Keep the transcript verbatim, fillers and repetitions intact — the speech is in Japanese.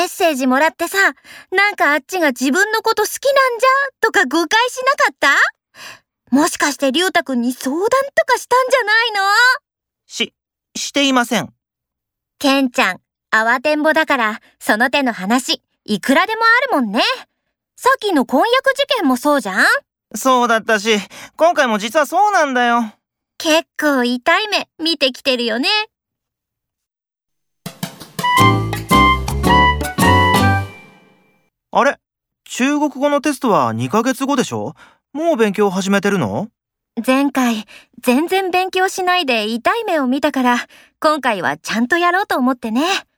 ッセージもらってさ、なんかあっちが自分のこと好きなんじゃとか誤解しなかった？もしかしてりゅうたくんに相談とかしたんじゃないの？ し、していません。 ケンちゃん、慌てんぼだから、その手の話、いくらでもあるもんね。さっきの婚約事件もそうじゃん？ そうだったし、今回も実はそうなんだよ。 結構痛い目見てきてるよね。 あれ？中国語のテストはにかげつごでしょ？もう勉強始めてるの？ 前回、全然勉強しないで痛い目を見たから、今回はちゃんとやろうと思ってね。